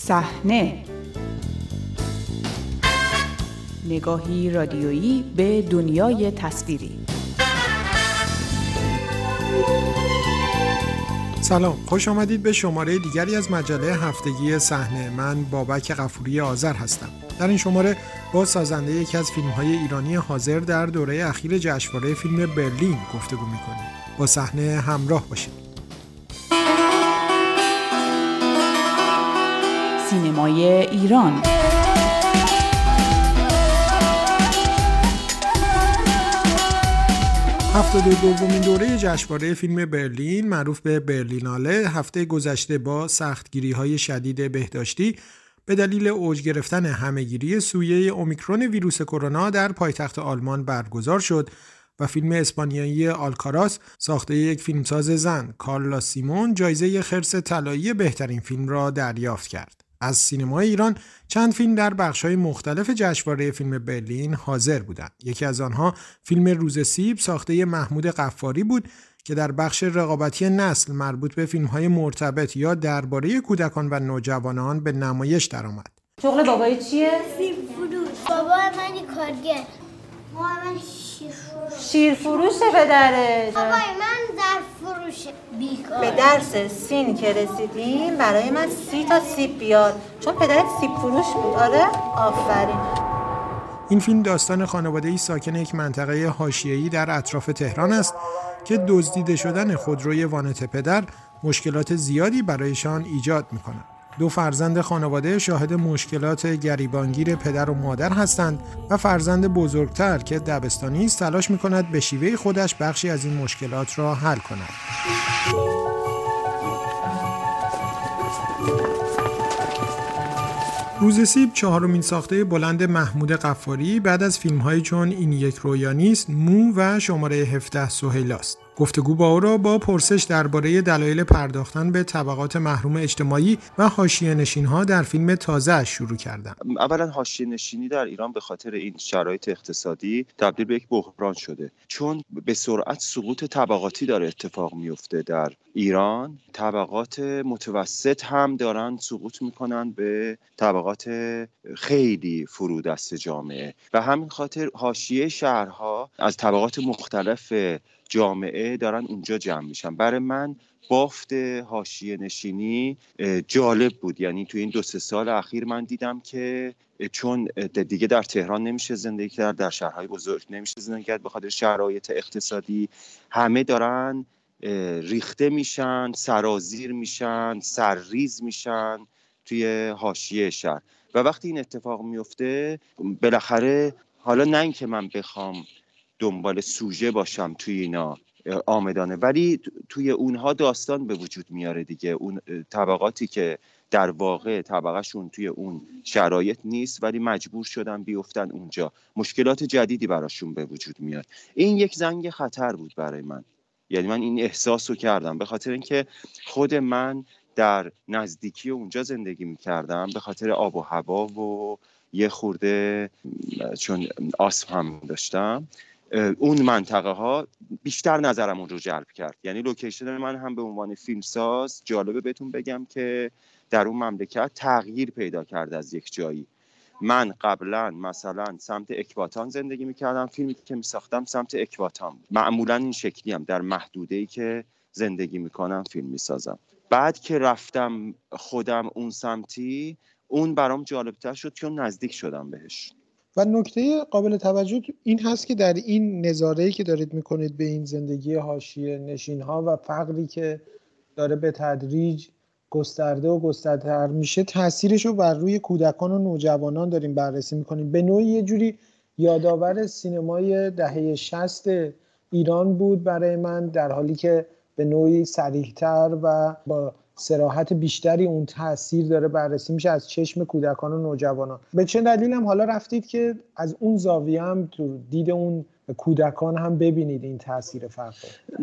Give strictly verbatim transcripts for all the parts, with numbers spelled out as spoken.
صحنه، نگاهی رادیویی به دنیای تصویری. سلام، خوش آمدید به شماره دیگری از مجله هفتگی صحنه. من بابک غفوری آذر هستم. در این شماره با سازنده یکی از فیلم‌های ایرانی حاضر در دوره اخیر جشنواره فیلم برلین گفتگو می‌کنیم. با صحنه همراه باشید. سینمای ایران. هفتاد و دومین دوره جشنواره فیلم برلین معروف به برلیناله هفته گذشته با سختگیری‌های شدید بهداشتی به دلیل اوج گرفتن همهگیری سویه اومیکرون ویروس کرونا در پایتخت آلمان برگزار شد و فیلم اسپانیایی آلکاراس ساخته یک فیلمساز زن کارلا سیمون جایزه خرس طلایی بهترین فیلم را دریافت کرد. از سینمای ایران چند فیلم در بخش‌های مختلف جشنواره فیلم برلین حاضر بودند. یکی از آنها فیلم روز سیب ساخته محمود غفاری بود که در بخش رقابتی نسل مربوط به فیلم‌های مرتبط یا درباره کودکان و نوجوانان به نمایش درآمد. شغل بابایی چیه؟ سیب فروش. بابا من کارگر. مامان من شیر فروش. شیر فروشه پدره. بابای من ظرف فروشه. بیکار. به درس سین که رسیدیم برای من سی تا سیب بیار، چون پدرت سیب فروش بود. آره؟ آفرین. این فیلم داستان خانواده‌ای ساکن یک منطقه حاشیه‌ای در اطراف تهران است که دزدیده شدن خودروی وانت پدر مشکلات زیادی برایشان ایجاد می‌کند. دو فرزند خانواده شاهد مشکلات گریبانگیر پدر و مادر هستند و فرزند بزرگتر که دبستانی است تلاش می‌کند به شیوه خودش بخشی از این مشکلات را حل کند. روز سیب چهارمین ساخته بلند محمود غفاری بعد از فیلم‌هایی چون این یک رویا نیست، مو و شماره هفده سهیلاست. گفتگو با او را با پرسش درباره دلایل پرداختن به طبقات محروم اجتماعی و حاشیه‌نشین‌ها در فیلم تازه شروع کردم. اولا حاشیه‌نشینی در ایران به خاطر این شرایط اقتصادی تبدیل به یک بحران شده، چون به سرعت سقوط طبقاتی داره اتفاق میفته در ایران. طبقات متوسط هم دارن سقوط میکنن به طبقات خیلی فرودست جامعه و همین خاطر حاشیه شهرها از طبقات مختلف جامعه دارن اونجا جمع میشن. برای من بافت حاشیه نشینی جالب بود، یعنی توی این دو سه سال اخیر من دیدم که چون دیگه در تهران نمیشه زندگی کرد، در شهرهای بزرگ نمیشه زندگی کرد به خاطر شرایط اقتصادی، همه دارن ریخته میشن، سرازیر میشن، سرریز میشن توی حاشیه شهر و وقتی این اتفاق میفته بالاخره، حالا نه اینکه من بخوام دنبال سوژه باشم توی اینا آمدانه، ولی توی اونها داستان به وجود میاره دیگه. اون طبقاتی که در واقع طبقهشون توی اون شرایط نیست ولی مجبور شدن بیفتن اونجا، مشکلات جدیدی براشون به وجود میاد. این یک زنگ خطر بود برای من، یعنی من این احساس رو کردم به خاطر اینکه خود من در نزدیکی اونجا زندگی میکردم، به خاطر آب و هوا و یه خورده چون آسم هم داشتم، اون منطقه ها بیشتر نظرم اون رو جلب کرد. یعنی لوکیشن من هم به عنوان فیلمساز جالبه بهتون بگم که در اون مملکت تغییر پیدا کرد از یک جایی. من قبلا مثلا سمت اکباتان زندگی میکردم، فیلمی که میساختم سمت اکباتان بود. معمولا این شکلی هم در محدوده‌ای که زندگی میکنم فیلم میسازم. بعد که رفتم خودم اون سمتی، اون برام جالبتر شد چون نزدیک شدم بهش. و نکته قابل توجه این هست که در این نظاره‌ای که دارید میکنید به این زندگی حاشیه نشین‌ها و فقری که داره به تدریج گسترده و گسترده‌تر میشه، تاثیرش رو بر روی کودکان و نوجوانان داریم بررسی میکنیم. به نوعی یه جوری یادآور سینمای دهه شصت ایران بود برای من، در حالی که به نوعی صریح‌تر و با صراحت بیشتری اون تاثیر داره بررسی میشه از چشم کودکان و نوجوانان. به چه دلیل هم حالا رفتید که از اون زاویه هم تو دید اون کودکان هم ببینید این تاثیر فرق؟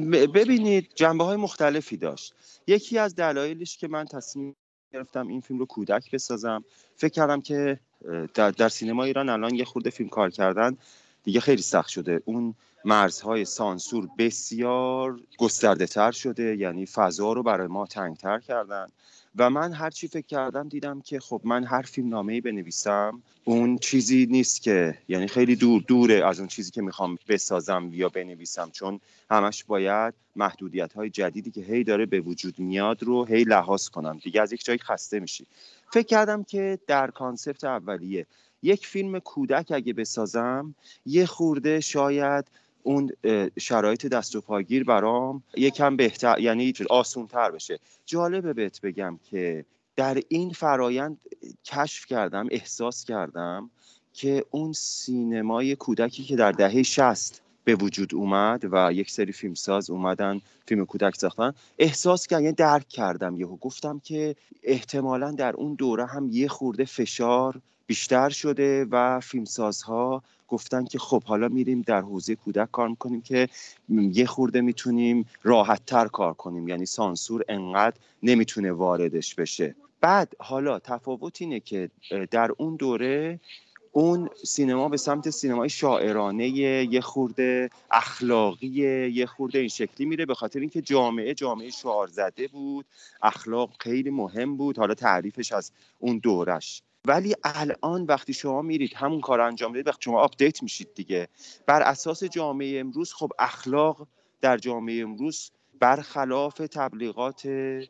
ببینید جنبه‌های مختلفی داشت. یکی از دلایلش که من تصمیم گرفتم این فیلم رو کودک بسازم، فکر کردم که در, در سینما ایران الان یه خورده فیلم کار کردن دیگه خیلی سخت شده. اون مرزهای سانسور بسیار گسترده تر شده، یعنی فضا رو برای ما تنگتر کردن و من هر چی فکر کردم دیدم که خب من هر فیلم نامه‌ای بنویسم اون چیزی نیست که، یعنی خیلی دور دوره از اون چیزی که میخوام بسازم یا بنویسم، چون همش باید محدودیت‌های جدیدی که هی داره به وجود میاد رو هی لحاظ کنم، دیگه از یک جایی خسته میشی. فکر کردم که در کانسپت اولیه یک فیلم کودک اگه بسازم یه خورده شاید اون شرایط دست و پاگیر برام یکم بهتر، یعنی آسون‌تر بشه. جالبه بهت بگم که در این فرایند کشف کردم، احساس کردم که اون سینمای کودکی که در دهه شصت به وجود اومد و یک سری فیلمساز اومدن فیلم کودک ساختن، احساس کردم، یعنی درک کردم، یهو گفتم که احتمالاً در اون دوره هم یه خورده فشار بیشتر شده و فیلمسازها گفتن که خب حالا میریم در حوزه کودک کار میکنیم که یه خورده میتونیم راحت تر کار کنیم، یعنی سانسور انقدر نمیتونه واردش بشه. بعد حالا تفاوت اینه که در اون دوره اون سینما به سمت سینمای شاعرانه یه خورده اخلاقی یه خورده این شکلی میره، به خاطر اینکه جامعه جامعه شعار زده بود، اخلاق خیلی مهم بود، حالا تعریفش از اون دورش. ولی الان وقتی شما میرید همون کار انجام بدید، وقتی شما آپدیت میشید دیگه بر اساس جامعه امروز، خب اخلاق در جامعه امروز برخلاف تبلیغات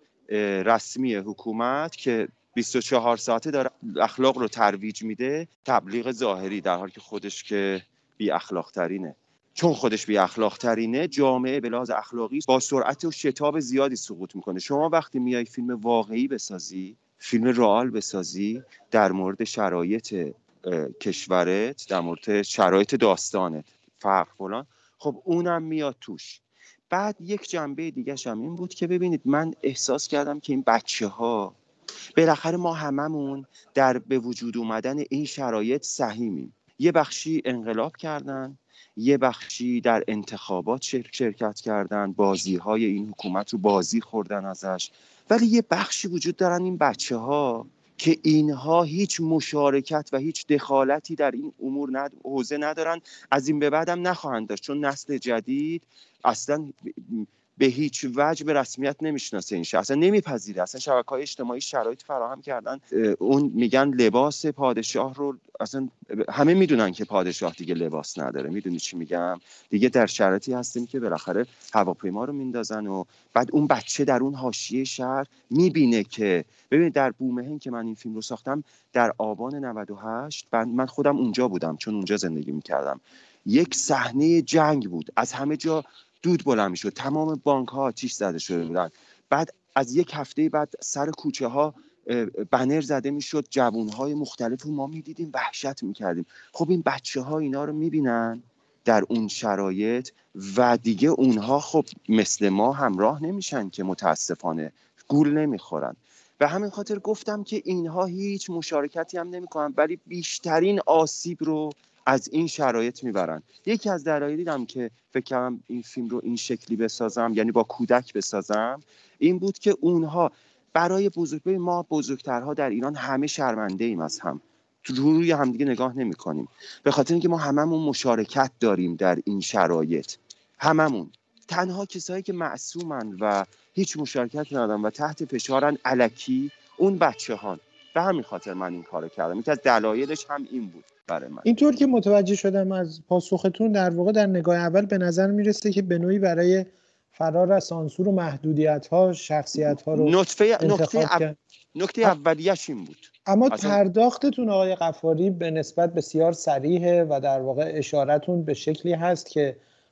رسمی حکومت که بیست و چهار ساعته داره اخلاق رو ترویج میده، تبلیغ ظاهری، در حالی که خودش که بی اخلاق ترینه. چون خودش بی اخلاق ترینه، جامعه به لحاظ اخلاقی با سرعت و شتاب زیادی سقوط میکنه. شما وقتی میای فیلم واقعی بسازی، فیلم رئال بسازی در مورد شرایط کشورت، در مورد شرایط داستانت، فرق فلان، خب اونم میاد توش. بعد یک جنبه دیگه هم این بود که ببینید من احساس کردم که این بچه‌ها، بالاخره ما هممون در به وجود اومدن این شرایط سهیمیم. یه بخشی انقلاب کردن، یه بخشی در انتخابات شرکت کردن، بازی‌های این حکومت رو بازی خوردن ازش، ولی یه بخشی وجود دارن این بچه‌ها که اینها هیچ مشارکت و هیچ دخالتی در این امور ند... حوزه ندارن، از این به بعد هم نخواهند داشت، چون نسل جدید اصلا به هیچ وجه به رسمیت نمیشناسه این شخص، اصلا نمیپذیره. اصلا شبکه‌های اجتماعی شرایط فراهم کردن، اون میگن لباس پادشاه رو، اصلا همه میدونن که پادشاه دیگه لباس نداره، میدونی چی میگم دیگه، در شرایطی هستیم که بالاخره هواپیما رو میندازن و بعد اون بچه در اون حاشیه شهر میبینه که، ببین در بومهن که من این فیلم رو ساختم در آبان نود و هشت، من خودم اونجا بودم چون اونجا زندگی میکردم، یک صحنه جنگ بود، از همه جا دود بلند میشد، تمام بانک ها آتش زده شده بودن، بعد از یک هفته بعد سر کوچه ها بنر زده میشد، جوان های مختلف رو ما میدیدیم، وحشت میکردیم. خب این بچه ها اینا رو میبینن در اون شرایط و دیگه اونها خب مثل ما همراه نمیشن که، متاسفانه گول نمیخورن. به همین خاطر گفتم که اینها هیچ مشارکتی هم نمیکنن، ولی بیشترین آسیب رو از این شرایط میبرن. یکی از دلایلی هم که فکر کردم این فیلم رو این شکلی بسازم، یعنی با کودک بسازم، این بود که اونها برای بزرگ ما بزرگترها در ایران همه شرمنده ایم از هم، روی هم دیگه نگاه نمی کنیم، به خاطر اینکه ما هممون مشارکت داریم در این شرایط، هممون. تنها کسایی که معصومن و هیچ مشارکت ندارن و تحت فشارن الکی اون بچه ها. به همین خاطر من این کارو کردم، یکی از دلایلش هم این بود برای من. اینطور که متوجه شدم از پاسختون، در واقع در نگاه اول به نظر میرسه که به نوعی برای فرار از سانسور و محدودیت‌ها شخصیت‌ها رو نطفه نکته اب... نکته اولیش این بود. اما اصلا... پرداختتون آقای غفاری به نسبت بسیار صریحه و در واقع اشارتون به شکلی هست که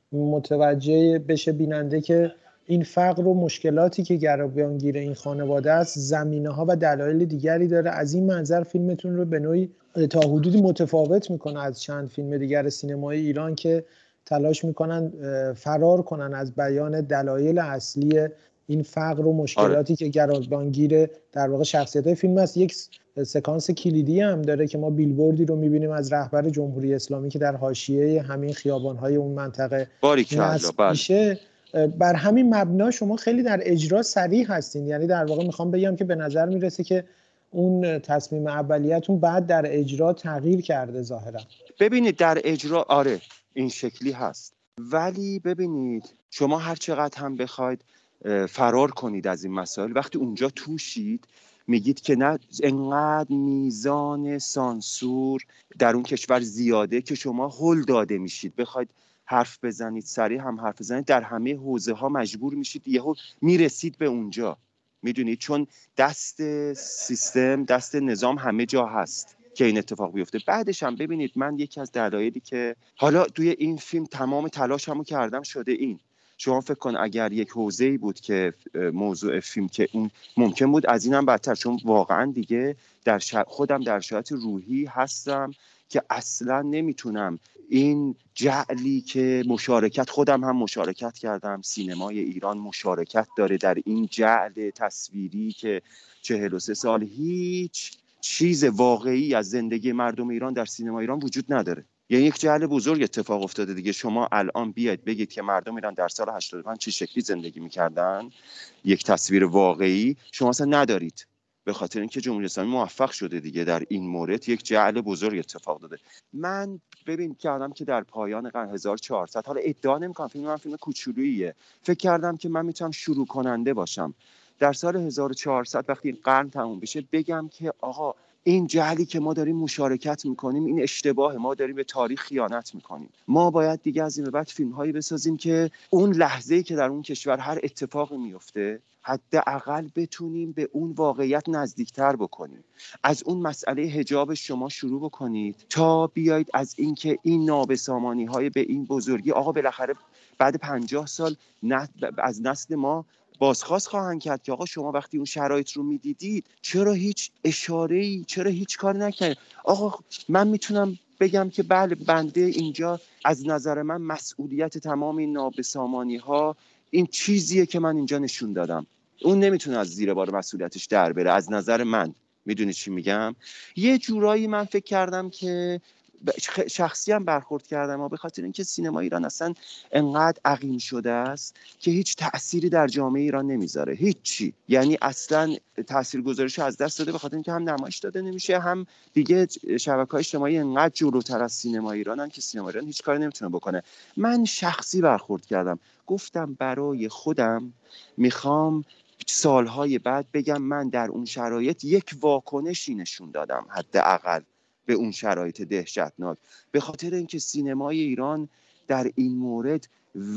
متوجه بشه بیننده که این فقر و مشکلاتی که گروگانگیر این خانواده است زمینه‌ها و دلایل دیگری داره. از این منظر فیلمتون رو به نوعی تا حدودی متفاوت میکنه از چند فیلم دیگر سینمای ایران که تلاش میکنن فرار کنن از بیان دلایل اصلی این فقر و مشکلاتی آره. که گروگانگیر در واقع شخصیت‌های فیلم است. یک سکانس کلیدی هم داره که ما بیلبوردی رو میبینیم از رهبر جمهوری اسلامی که در حاشیه همین خیابان‌های اون منطقه نصب میشه. بر همین مبنا شما خیلی در اجرا صریح هستین، یعنی در واقع میخوام بگم که به نظر میرسه که اون تصمیم اولیتون بعد در اجرا تغییر کرده ظاهرا. ببینید در اجرا آره این شکلی هست، ولی ببینید شما هر چقدر هم بخواید فرار کنید از این مسائل. وقتی اونجا توشید میگید که نه انقدر میزان سانسور در اون کشور زیاده که شما هل داده میشید، بخواید حرف بزنید سریع هم حرف بزنید در همه حوزه ها مجبور میشید، یهو میرسید به اونجا، میدونید، چون دست سیستم دست نظام همه جا هست که این اتفاق بیفته. بعدش هم ببینید من یکی از دلایلی که حالا توی این فیلم تمام تلاشمو کردم شده این، شما فکر کن اگر یک حوزه‌ای بود که موضوع فیلم که اون ممکن بود از اینم بدتر، چون واقعا دیگه در ش... خودم در شرایط روحی هستم که اصلا نمیتونم این جعلی که مشارکت، خودم هم مشارکت کردم، سینمای ایران مشارکت داره در این جعل تصویری که چهل و سه سال هیچ چیز واقعی از زندگی مردم ایران در سینما ایران وجود نداره. یعنی یک جعل بزرگ اتفاق افتاده دیگه. شما الان بیاید بگید که مردم ایران در سال هشتاد و پنج چه شکلی زندگی میکردن، یک تصویر واقعی شما اصلا ندارید، به خاطر اینکه جمهوری اسلامی موفق شده دیگه در این مورد یک جعل بزرگ اتفاق داده. من ببین کردم که در پایان قرن هزار و چهارصد، حالا ادعا نمی‌کنم فیلم من فیلم کوچولوییه، فکر کردم که من میتونم شروع کننده باشم در سال هزار و چهارصد وقتی این قرن تموم بشه بگم که آقا این جعلی که ما داریم مشارکت میکنیم این اشتباه، ما داریم به تاریخ خیانت میکنیم، ما باید دیگه از این به بعد فیلم‌هایی بسازیم که اون لحظه‌ای که در اون کشور هر اتفاقی میفته حداقل بتونیم به اون واقعیت نزدیکتر بکنیم. از اون مسئله حجاب شما شروع بکنید تا بیایید از اینکه این نابسامانی‌های به این بزرگی، آقا بالاخره بعد پنجاه سال از نسل ما بازخواست خواهند کرد که آقا شما وقتی اون شرایط رو میدیدید چرا هیچ اشاره‌ای، چرا هیچ کاری نکردید؟ آقا من میتونم بگم که بله بنده اینجا از نظر من مسئولیت تمام این نابسامانی‌ها این چیزیه که من اینجا نشون دادم، اون نمیتونه از زیر بار مسئولیتش در بره از نظر من. میدونی چی میگم؟ یه جورایی من فکر کردم که شخصی هم برخورد کردم و به خاطر اینکه سینما ایران اصلا انقدر عقیم شده است که هیچ تأثیری در جامعه ایران نمیذاره، هیچی، یعنی اصلا تاثیرگذاریش از دست داده، به خاطر اینکه هم نمایش داده نمیشه، هم دیگه شبکه‌های اجتماعی انقدر جلوتر از سینما ایرانن که سینما ایران هیچ کاری نمیتونه بکنه. من شخصی برخورد کردم، گفتم برای خودم میخوام سالهای بعد بگم من در اون شرایط یک واکنشی نشون دادم حداقل به اون شرایط دهشتناک، به خاطر اینکه سینمای ایران در این مورد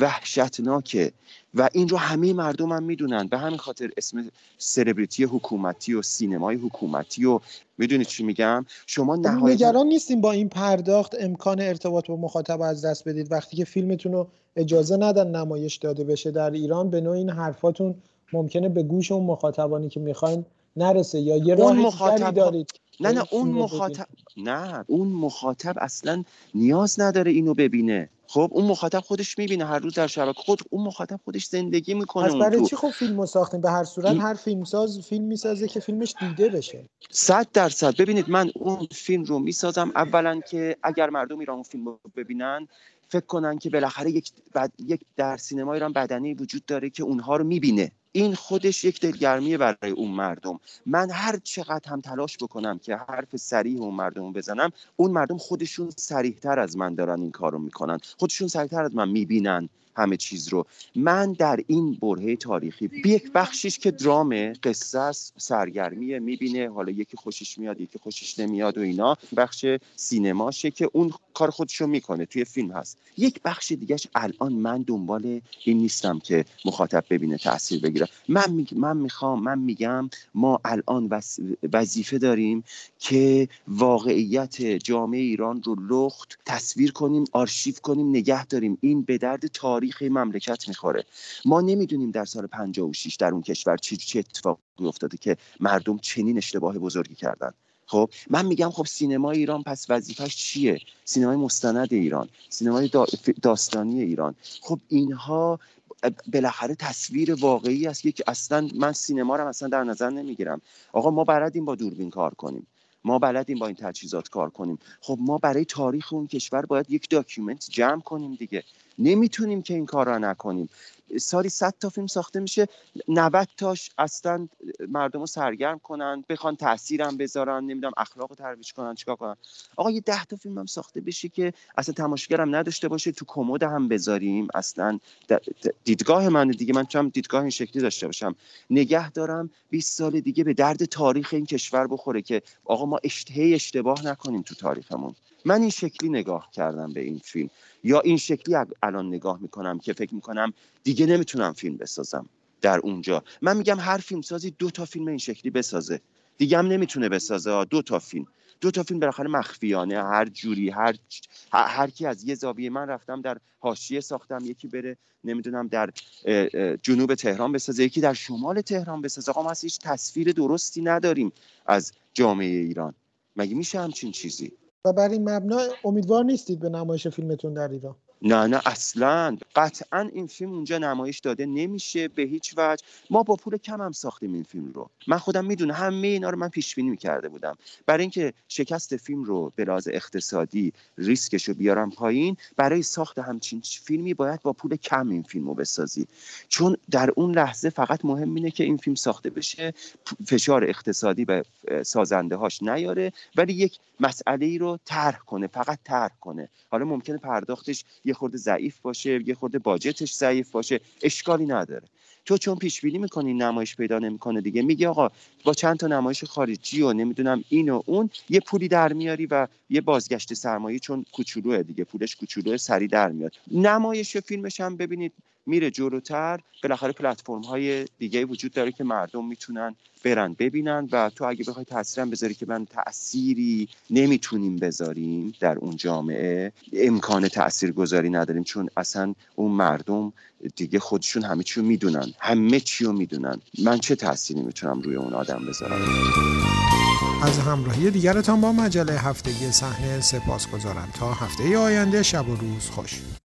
وحشتناکه و این رو همه مردم هم میدونن. به همین خاطر اسم سلبریتی حکومتی و سینمای حکومتی و میدونید چی میگم، شما نهایتا نگران نیستیم با این پرداخت امکان ارتباط با مخاطب از دست بدید وقتی که فیلمتون رو اجازه ندن نمایش داده بشه در ایران؟ به نوع این حرفاتون ممکنه به گوش اون مخاطبانی که میخواین نرسه یا یه راه دیگری دارید؟ نه نه اون مخاطب نه اون مخاطب اصلا نیاز نداره اینو ببینه. خب اون مخاطب خودش میبینه هر روز در شبکه، خود اون مخاطب خودش زندگی میکنه. پس برای چی خب فیلمو ساختیم؟ به هر صورت هر فیلمساز فیلم میسازه که فیلمش دیده بشه. صد درصد. ببینید من اون فیلم رو میسازم اولا که اگر مردم ایران اون فیلم رو ببینن فکر کنن که بالاخره یک بد... یک در سینما ایران بدنی وجود داره که اونها رو میبینه. این خودش یک دلگرمیه برای اون مردم. من هر چقدر هم تلاش بکنم که حرف صریح اون مردم بزنم، اون مردم خودشون صریح‌تر از من دارن این کارو میکنن، خودشون صریح‌تر از من میبینن همه چیز رو. من در این برهه تاریخی یک بخشیش که درامه، قصه است، سرگرمیه، میبینه، حالا یکی خوشش میاد یکی خوشش نمیاد و اینا، بخش سینماشه که اون کار خودشو میکنه توی فیلم هست. یک بخش دیگهش الان من دنبال این نیستم که مخاطب ببینه تأثیر بگیره. من می... من میخوام من میگم ما الان وظیفه داریم که واقعیت جامعه ایران رو لخت تصویر کنیم، آرشیو کنیم، نگه داریم. این به درد تاریخ مملکت میخوره. ما نمیدونیم در سال پنجاه و شش در اون کشور چه چه اتفاقی افتاده که مردم چنین اشتباه بزرگی کردن. خب من میگم خب سینمای ایران پس وظیفش چیه؟ سینمای مستند ایران، سینمای داستانی ایران، خب اینها بالاخره تصویر واقعی است. یک اصلا من سینما رو اصلا در نظر نمیگیرم. آقا ما بلدیم با دوربین کار کنیم، ما بلدیم با این تجهیزات کار کنیم، خب ما برای تاریخ اون کشور باید یک داکیومنت جمع کنیم دیگه. نمیتونیم که این کار را نکنیم. سالی صد تا فیلم ساخته میشه، نود تاش اصلا مردم رو سرگرم کنن، بخوان تاثیرم بذارن، نمیدونم اخلاق رو ترویج کنن، چیکار کنن. آقا یه ده تا فیلم هم ساخته بشه که اصلا تماشاگرم نداشته باشه، تو کمد هم بذاریم. اصلا دیدگاه من دیگه، من چم دیدگاه این شکلی داشته باشم، نگه دارم بیست سال دیگه به درد تاریخ این کشور بخوره که آقا ما اشتهی اشتباه نکنیم تو تاریخمون. من این شکلی نگاه کردم به این فیلم، یا این شکلی الان نگاه میکنم که فکر میکنم دیگه نمیتونم فیلم بسازم در اونجا. من میگم هر فیلم سازی دو تا فیلم این شکلی بسازه، دیگه هم نمیتونه بسازه. دو تا فیلم دو تا فیلم بالاخره مخفیانه، هر جوری، هر هر کی از یه زاویه. من رفتم در حاشیه ساختم، یکی بره نمیدونم در جنوب تهران بسازه، یکی در شمال تهران بسازه. آقا ما اصلا هیچ تصویر درستی نداریم از جامعه ایران. مگه میشه همچین چیزی؟ و بر این مبنا امیدوار نیستید به نمایش فیلمتون در ایران؟ نه نه اصلا، قطعا این فیلم اونجا نمایش داده نمیشه به هیچ وجه. ما با پول کم هم ساختیم این فیلم رو. من خودم میدونم همه اینا رو من پیش بینی می‌کرده بودم. برای اینکه شکست فیلم رو به لحاظ اقتصادی ریسکش رو بیارم پایین، برای ساخت همچین فیلمی باید با پول کم این فیلم رو بسازی، چون در اون لحظه فقط مهم اینه که این فیلم ساخته بشه، فشار اقتصادی به سازنده هاش نیاره، ولی یک مسئله ای رو طرح کنه، فقط طرح کنه. حالا ممکنه پرداختش یه خورده ضعیف باشه، یه خورده باجتش ضعیف باشه، اشکالی نداره. تو چون پیش بینی می‌کنی نمایش پیدا نمی‌کنه دیگه، میگی آقا با چند تا نمایش خارجی و نمیدونم این و اون یه پولی در میاری و یه بازگشت سرمایه، چون کوچولوئه دیگه، پولش کوچولوئه، سریع در میاد. نمایش فیلمش هم ببینید میره جلوتر، بالاخره پلتفرم‌های دیگه وجود داره که مردم میتونن برن ببینن. و تو اگه بخوای تاثیرم بذاری که من تأثیری نمیتونیم بذاریم در اون جامعه، امکان تاثیرگذاری نداریم، چون اصلا اون مردم دیگه خودشون همه چی رو میدونن، همه چی رو میدونن، من چه تأثیری میتونم روی اون آدم بذارم؟ از همراهی دیگرتان با مجله هفتگی صحنه سپاسگزارم. تا هفته آینده، شب و روز خوش.